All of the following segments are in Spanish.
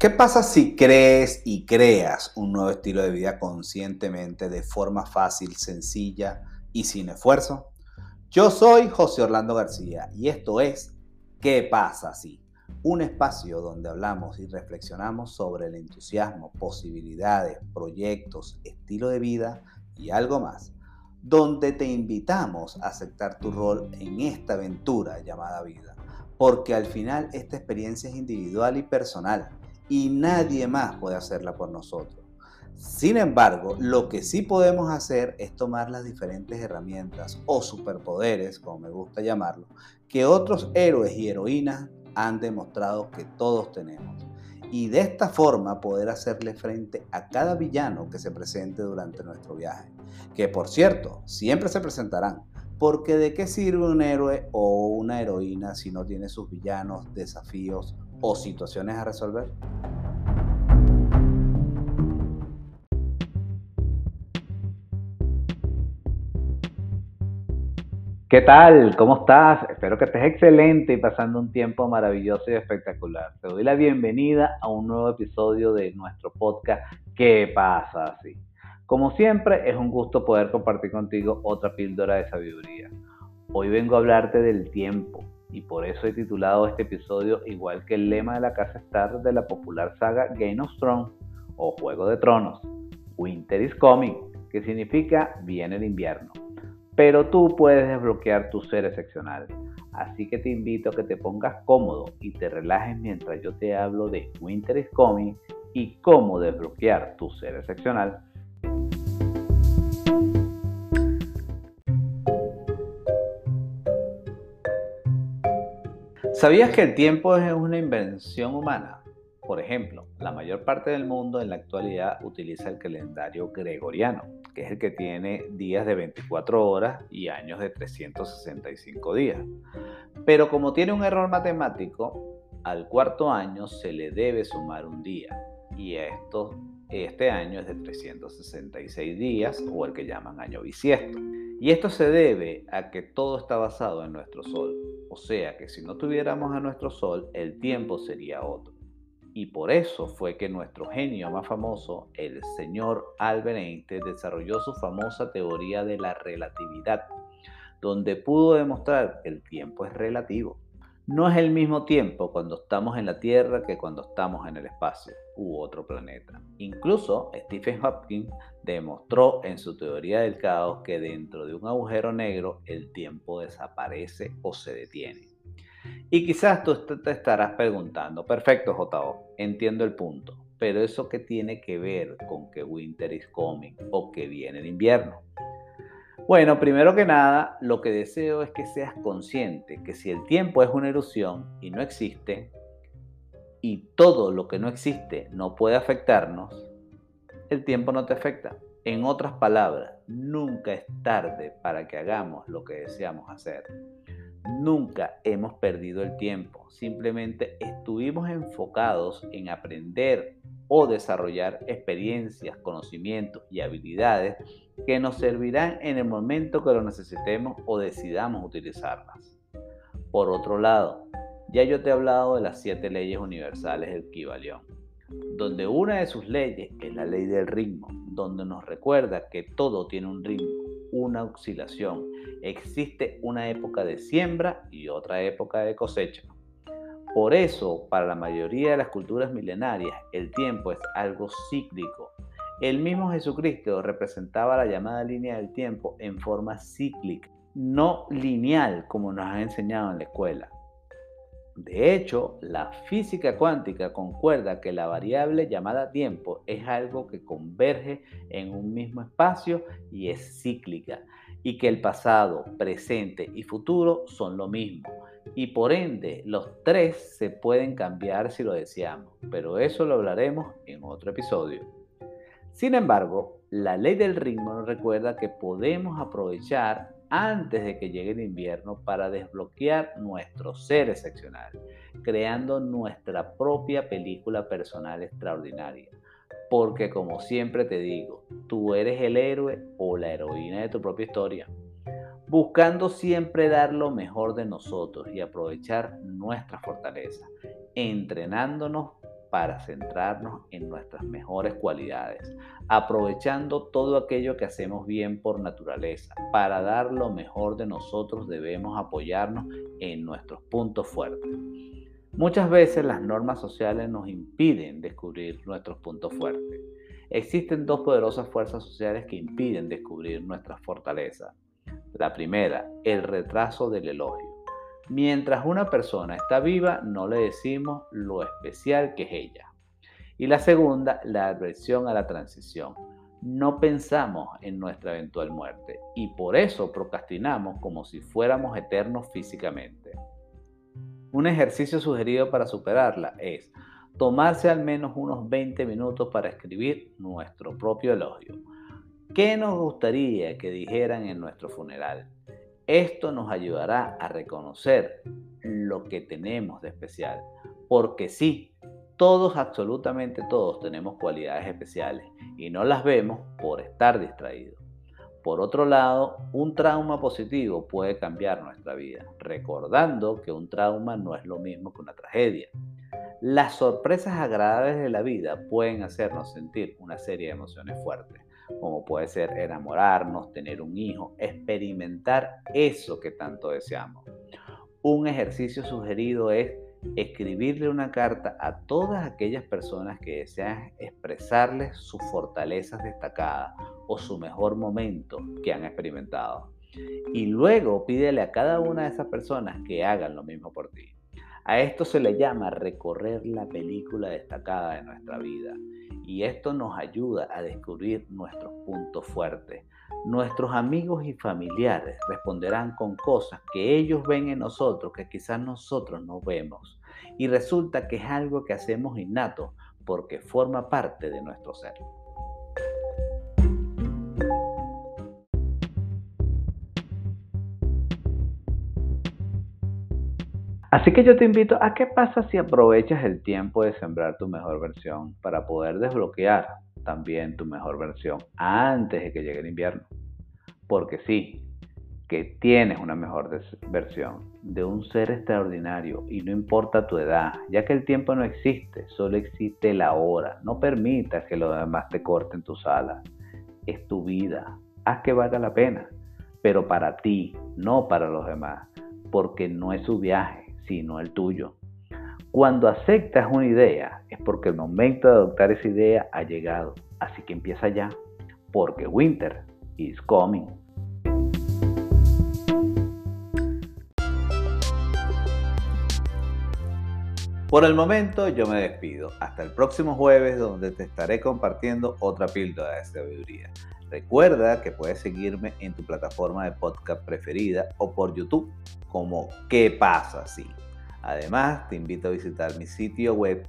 ¿Qué pasa si crees y creas un nuevo estilo de vida conscientemente, de forma fácil, sencilla y sin esfuerzo? Yo soy José Orlando García y esto es ¿Qué pasa si? Un espacio donde hablamos y reflexionamos sobre el entusiasmo, posibilidades, proyectos, estilo de vida y algo más, donde te invitamos a aceptar tu rol en esta aventura llamada vida, porque al final esta experiencia es individual y personal y nadie más puede hacerla por nosotros. Sin embargo, lo que sí podemos hacer es tomar las diferentes herramientas o superpoderes, como me gusta llamarlo, que otros héroes y heroínas han demostrado que todos tenemos. Y de esta forma poder hacerle frente a cada villano que se presente durante nuestro viaje. Que por cierto, siempre se presentarán. Porque ¿de qué sirve un héroe o una heroína si no tiene sus villanos, desafíos o situaciones a resolver? ¿Qué tal? ¿Cómo estás? Espero que estés excelente y pasando un tiempo maravilloso y espectacular. Te doy la bienvenida a un nuevo episodio de nuestro podcast ¿Qué pasa así? Como siempre, es un gusto poder compartir contigo otra píldora de sabiduría. Hoy vengo a hablarte del tiempo y por eso he titulado este episodio igual que el lema de la casa Star de la popular saga Game of Thrones o Juego de Tronos, Winter is Coming, que significa viene el invierno. Pero tú puedes desbloquear tu ser excepcional. Así que te invito a que te pongas cómodo y te relajes mientras yo te hablo de Winter is Coming y cómo desbloquear tu ser excepcional. ¿Sabías que el tiempo es una invención humana? Por ejemplo, la mayor parte del mundo en la actualidad utiliza el calendario gregoriano, que es el que tiene días de 24 horas y años de 365 días. Pero como tiene un error matemático, al cuarto año se le debe sumar un día. Y este año es de 366 días o el que llaman año bisiesto. Y esto se debe a que todo está basado en nuestro Sol. O sea que si no tuviéramos a nuestro Sol, el tiempo sería otro. Y por eso fue que nuestro genio más famoso, el señor Albert Einstein, desarrolló su famosa teoría de la relatividad, donde pudo demostrar que el tiempo es relativo. No es el mismo tiempo cuando estamos en la Tierra que cuando estamos en el espacio u otro planeta. Incluso Stephen Hawking demostró en su teoría del caos que dentro de un agujero negro el tiempo desaparece o se detiene. Y quizás tú te estarás preguntando, perfecto JO, entiendo el punto, pero ¿eso qué tiene que ver con que Winter is coming o que viene el invierno? Bueno, primero que nada, lo que deseo es que seas consciente que si el tiempo es una ilusión y no existe, y todo lo que no existe no puede afectarnos, el tiempo no te afecta. En otras palabras, nunca es tarde para que hagamos lo que deseamos hacer. Nunca hemos perdido el tiempo, simplemente estuvimos enfocados en aprender o desarrollar experiencias, conocimientos y habilidades que nos servirán en el momento que lo necesitemos o decidamos utilizarlas. Por otro lado, ya yo te he hablado de las 7 leyes universales del Kybalión, donde una de sus leyes es la ley del ritmo, donde nos recuerda que todo tiene un ritmo, una oscilación. Existe una época de siembra y otra época de cosecha. Por eso, para la mayoría de las culturas milenarias, el tiempo es algo cíclico. El mismo Jesucristo representaba la llamada línea del tiempo en forma cíclica, no lineal como nos han enseñado en la escuela. De hecho, la física cuántica concuerda que la variable llamada tiempo es algo que converge en un mismo espacio y es cíclica, y que el pasado, presente y futuro son lo mismo, y por ende los tres se pueden cambiar si lo deseamos, pero eso lo hablaremos en otro episodio. Sin embargo, la ley del ritmo nos recuerda que podemos aprovechar antes de que llegue el invierno para desbloquear nuestro ser excepcional, creando nuestra propia película personal extraordinaria. Porque como siempre te digo, tú eres el héroe o la heroína de tu propia historia, buscando siempre dar lo mejor de nosotros y aprovechar nuestra fortaleza, entrenándonos para centrarnos en nuestras mejores cualidades, aprovechando todo aquello que hacemos bien por naturaleza. Para dar lo mejor de nosotros debemos apoyarnos en nuestros puntos fuertes. Muchas veces las normas sociales nos impiden descubrir nuestros puntos fuertes. Existen dos poderosas fuerzas sociales que impiden descubrir nuestras fortalezas. La primera, el retraso del elogio. Mientras una persona está viva, no le decimos lo especial que es ella. Y la segunda, la aversión a la transición. No pensamos en nuestra eventual muerte y por eso procrastinamos como si fuéramos eternos físicamente. Un ejercicio sugerido para superarla es tomarse al menos unos 20 minutos para escribir nuestro propio elogio. ¿Qué nos gustaría que dijeran en nuestro funeral? Esto nos ayudará a reconocer lo que tenemos de especial, porque sí, todos, absolutamente todos, tenemos cualidades especiales y no las vemos por estar distraídos. Por otro lado, un trauma positivo puede cambiar nuestra vida, recordando que un trauma no es lo mismo que una tragedia. Las sorpresas agradables de la vida pueden hacernos sentir una serie de emociones fuertes, como puede ser enamorarnos, tener un hijo, experimentar eso que tanto deseamos. Un ejercicio sugerido es escribirle una carta a todas aquellas personas que desean expresarles sus fortalezas destacadas o su mejor momento que han experimentado. Y luego pídele a cada una de esas personas que hagan lo mismo por ti. A esto se le llama recorrer la película destacada de nuestra vida. Y esto nos ayuda a descubrir nuestros puntos fuertes. Nuestros amigos y familiares responderán con cosas que ellos ven en nosotros que quizás nosotros no vemos. Y resulta que es algo que hacemos innato porque forma parte de nuestro ser. Así que yo te invito a qué pasa si aprovechas el tiempo de sembrar tu mejor versión para poder desbloquear también tu mejor versión antes de que llegue el invierno. Porque sí, que tienes una mejor versión de un ser extraordinario y no importa tu edad, ya que el tiempo no existe, solo existe la hora. No permitas que los demás te corten tus alas. Es tu vida, haz que valga la pena, pero para ti, no para los demás, porque no es su viaje, sino el tuyo. Cuando aceptas una idea es porque el momento de adoptar esa idea ha llegado, así que empieza ya, porque winter is coming. Por el momento yo me despido. Hasta el próximo jueves donde te estaré compartiendo otra píldora de sabiduría. Recuerda que puedes seguirme en tu plataforma de podcast preferida o por YouTube como ¿Qué pasa si? Además te invito a visitar mi sitio web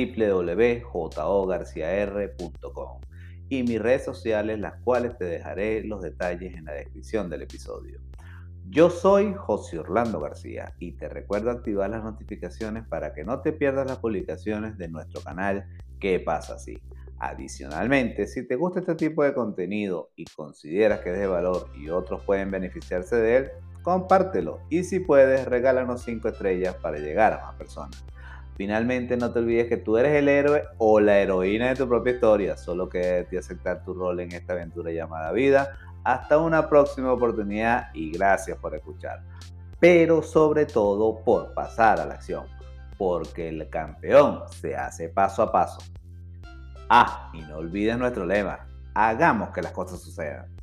www.jogarciar.com y mis redes sociales, las cuales te dejaré los detalles en la descripción del episodio. Yo soy José Orlando García y te recuerdo activar las notificaciones para que no te pierdas las publicaciones de nuestro canal ¿Qué pasa si? Adicionalmente, si te gusta este tipo de contenido y consideras que es de valor y otros pueden beneficiarse de él, compártelo y si puedes, regálanos 5 estrellas para llegar a más personas. Finalmente, no te olvides que tú eres el héroe o la heroína de tu propia historia, solo que de ti aceptar tu rol en esta aventura llamada vida. Hasta una próxima oportunidad y gracias por escuchar. Pero sobre todo por pasar a la acción, porque el campeón se hace paso a paso. Ah, y no olvides nuestro lema, hagamos que las cosas sucedan.